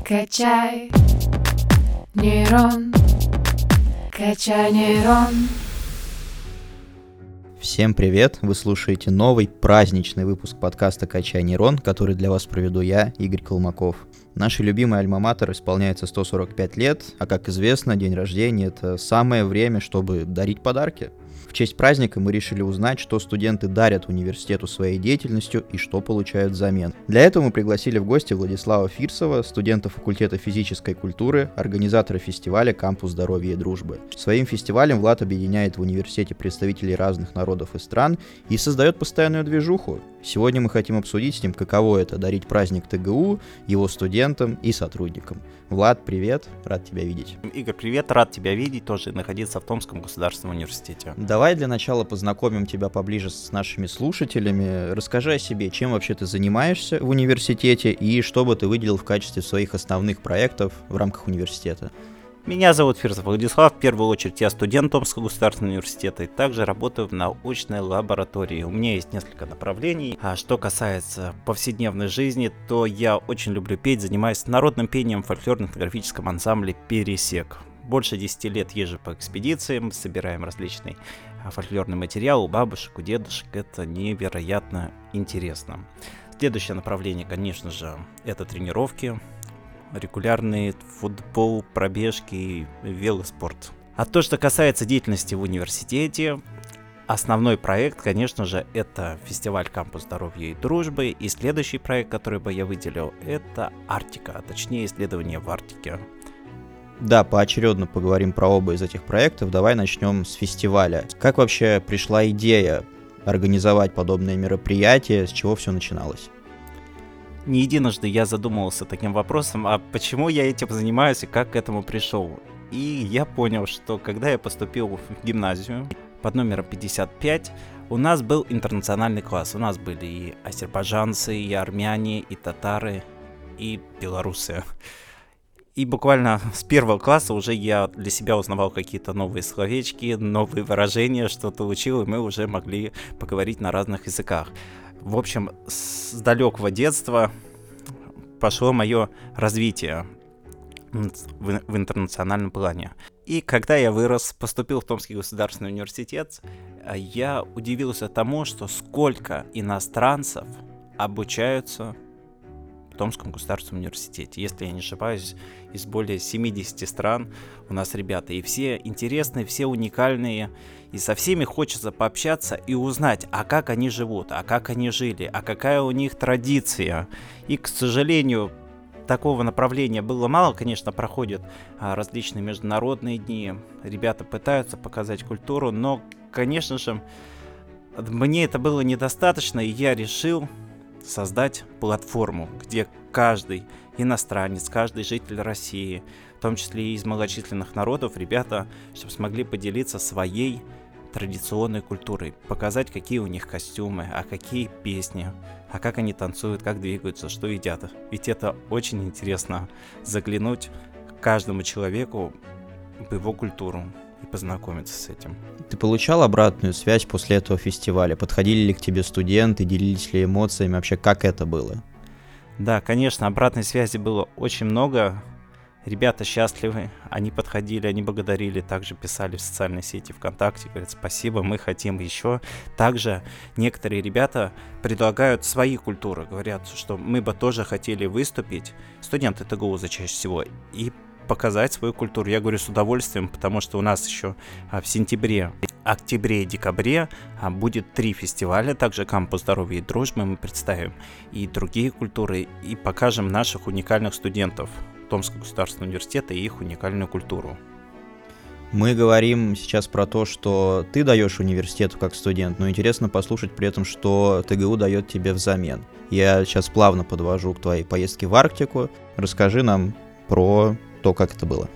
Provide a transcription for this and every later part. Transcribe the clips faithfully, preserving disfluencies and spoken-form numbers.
Качай нейрон, качай нейрон. Всем привет! Вы слушаете новый праздничный выпуск подкаста «Качай нейрон», который для вас проведу я, Игорь Колмаков. Нашей любимой альма-матер исполняется сто сорок пять лет, а как известно, день рождения — это самое время, чтобы дарить подарки. В честь праздника мы решили узнать, что студенты дарят университету своей деятельностью и что получают взамен. Для этого мы пригласили в гости Владислава Фирсова, студента факультета физической культуры, организатора фестиваля «Кампус здоровья и дружбы». Своим фестивалем Влад объединяет в университете представителей разных народов и стран и создает постоянную движуху. Сегодня мы хотим обсудить с ним, каково это — дарить праздник ТГУ, его студентам и сотрудникам. Влад, привет, рад тебя видеть. Игорь, привет, рад тебя видеть, тоже находиться в Томском государственном университете. Давай для начала познакомим тебя поближе с нашими слушателями. Расскажи о себе, чем вообще ты занимаешься в университете и что бы ты выделил в качестве своих основных проектов в рамках университета. Меня зовут Фирсов Владислав, в первую очередь я студент Томского государственного университета и также работаю в научной лаборатории. У меня есть несколько направлений. А что касается повседневной жизни, то я очень люблю петь, занимаюсь народным пением в фольклорно-этнографическом ансамбле «Пересек». Больше десяти лет езжу по экспедициям, собираем различный фольклорный материал у бабушек, у дедушек. Это невероятно интересно. Следующее направление, конечно же, это тренировки. Регулярный футбол, пробежки, велоспорт. А то, что касается деятельности в университете, основной проект, конечно же, это фестиваль «Кампус здоровья и дружбы». И следующий проект, который бы я выделил, это Арктика, а точнее исследование в Арктике. Да, поочередно поговорим про оба из этих проектов. Давай начнем с фестиваля. Как вообще пришла идея организовать подобные мероприятия, с чего все начиналось? Не единожды я задумывался таким вопросом, а почему я этим занимаюсь и как к этому пришел. И я понял, что когда я поступил в гимназию под номером пятьдесят пять, у нас был интернациональный класс. У нас были и азербайджанцы, и армяне, и татары, и белорусы. И буквально с первого класса уже я для себя узнавал какие-то новые словечки, новые выражения, что-то учил, и мы уже могли поговорить на разных языках. В общем, с далекого детства пошло мое развитие в, в интернациональном плане. И когда я вырос, поступил в Томский государственный университет, я удивился тому, что сколько иностранцев обучаются в Томском государственном университете. Если я не ошибаюсь, из более семидесяти стран у нас ребята. И все интересные, все уникальные. И со всеми хочется пообщаться и узнать, а как они живут, а как они жили, а какая у них традиция. И, к сожалению, такого направления было мало. Конечно, проходят а, различные международные дни. Ребята пытаются показать культуру, но, конечно же, мне это было недостаточно, и я решил создать платформу, где каждый иностранец, каждый житель России, в том числе и из малочисленных народов, ребята, чтобы смогли поделиться своей традиционной культурой, показать, какие у них костюмы, а какие песни, а как они танцуют, как двигаются, что едят. Ведь это очень интересно — заглянуть каждому человеку в его культуру и познакомиться с этим. Ты получал обратную связь после этого фестиваля? Подходили ли к тебе студенты, делились ли эмоциями? Вообще, как это было? Да, конечно, обратной связи было очень много. Ребята счастливы, они подходили, они благодарили, также писали в социальной сети ВКонтакте, говорят: спасибо, мы хотим еще. Также некоторые ребята предлагают свои культуры, говорят, что мы бы тоже хотели выступить, студенты ТГУ чаще всего, и показать свою культуру. Я говорю с удовольствием, потому что у нас еще в сентябре, октябре и декабре будет три фестиваля, также «Кампус здоровья и дружбы», мы представим и другие культуры, и покажем наших уникальных студентов Томского государственного университета и их уникальную культуру. Мы говорим сейчас про то, что ты даешь университету как студент, но интересно послушать при этом, что ТГУ дает тебе взамен. Я сейчас плавно подвожу к твоей поездке в Арктику. Расскажи нам про то, как это было.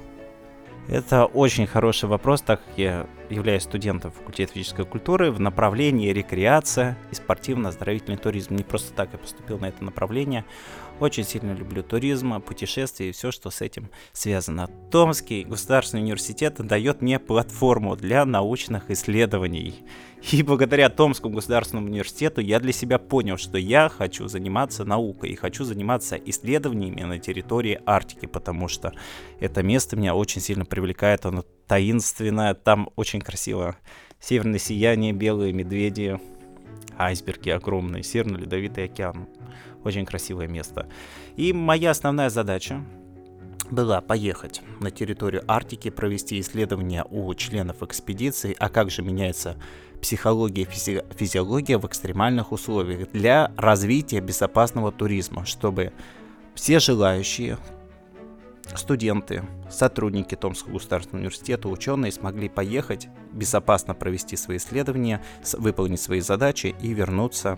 Это очень хороший вопрос, так как я являюсь студентом факультета физической культуры в направлении рекреация и спортивно-оздоровительный туризм. Не просто так я поступил на это направление. Очень сильно люблю туризм, путешествия и все, что с этим связано. Томский государственный университет дает мне платформу для научных исследований. И благодаря Томскому государственному университету я для себя понял, что я хочу заниматься наукой и хочу заниматься исследованиями на территории Арктики, потому что это место меня очень сильно привлекает, оно таинственное, там очень красиво. Северное сияние, белые медведи, айсберги огромные, Северно-Ледовитый океан. Очень красивое место. И моя основная задача была поехать на территорию Арктики, провести исследования у членов экспедиции, а как же меняется психология и физи- физиология в экстремальных условиях для развития безопасного туризма, чтобы все желающие, студенты, сотрудники Томского государственного университета, ученые смогли поехать, безопасно провести свои исследования, выполнить свои задачи и вернуться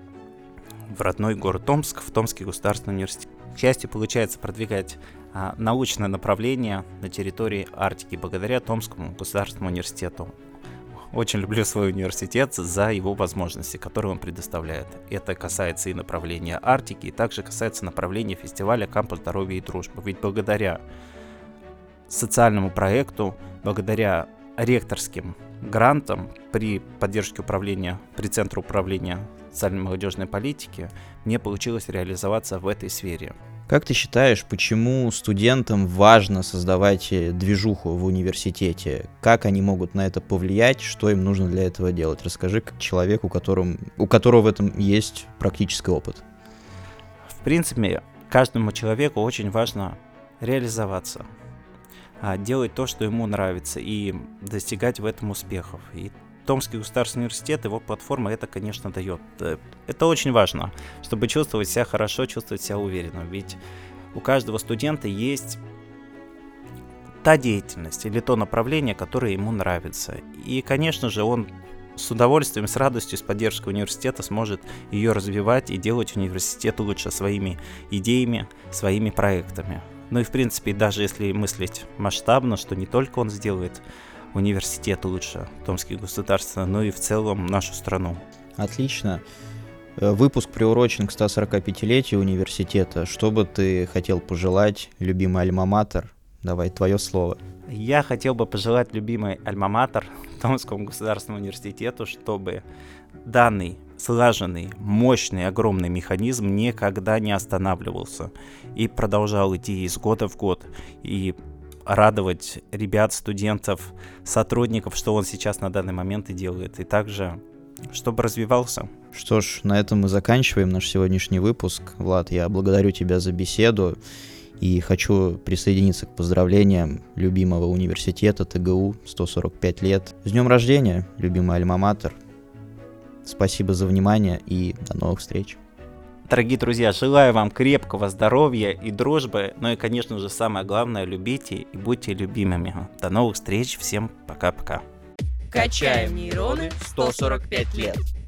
в родной город Томск, в Томский государственный университет. К счастью, получается продвигать а, научное направление на территории Арктики благодаря Томскому государственному университету. Очень люблю свой университет за его возможности, которые он предоставляет. Это касается и направления Арктики, и также касается направления фестиваля «Кампус здоровья и дружбы». Ведь благодаря социальному проекту, благодаря ректорским грантам при поддержке управления, при Центре управления социальной и молодежной политики, мне получилось реализоваться в этой сфере. Как ты считаешь, почему студентам важно создавать движуху в университете? Как они могут на это повлиять? Что им нужно для этого делать? Расскажи как человеку, которым, у которого в этом есть практический опыт. В принципе, каждому человеку очень важно реализоваться, делать то, что ему нравится, и достигать в этом успехов. И Томский государственный университет, его платформа это, конечно, дает. Это очень важно, чтобы чувствовать себя хорошо, чувствовать себя уверенно. Ведь у каждого студента есть та деятельность или то направление, которое ему нравится. И, конечно же, он с удовольствием, с радостью, с поддержкой университета сможет ее развивать и делать университет лучше своими идеями, своими проектами. Ну и, в принципе, даже если мыслить масштабно, что не только он сделает университет лучше, Томский государственный, но и в целом нашу страну. Отлично. Выпуск приурочен к сто сорокапятилетию университета. Что бы ты хотел пожелать, любимый альма-матер? Давай, твое слово. Я хотел бы пожелать любимый альма-матер Томскому государственному университету, чтобы данный слаженный, мощный, огромный механизм никогда не останавливался и продолжал идти из года в год. И радовать ребят, студентов, сотрудников, что он сейчас на данный момент и делает. И также, чтобы развивался. Что ж, на этом мы заканчиваем наш сегодняшний выпуск. Влад, я благодарю тебя за беседу и хочу присоединиться к поздравлениям любимого университета ТГУ, сто сорок пять лет. С днем рождения, любимый альма-матер. Спасибо за внимание и до новых встреч. Дорогие друзья, желаю вам крепкого здоровья и дружбы, ну и, конечно же, самое главное, любите и будьте любимыми. До новых встреч, всем пока-пока. Качаем нейроны сто сорок пять лет.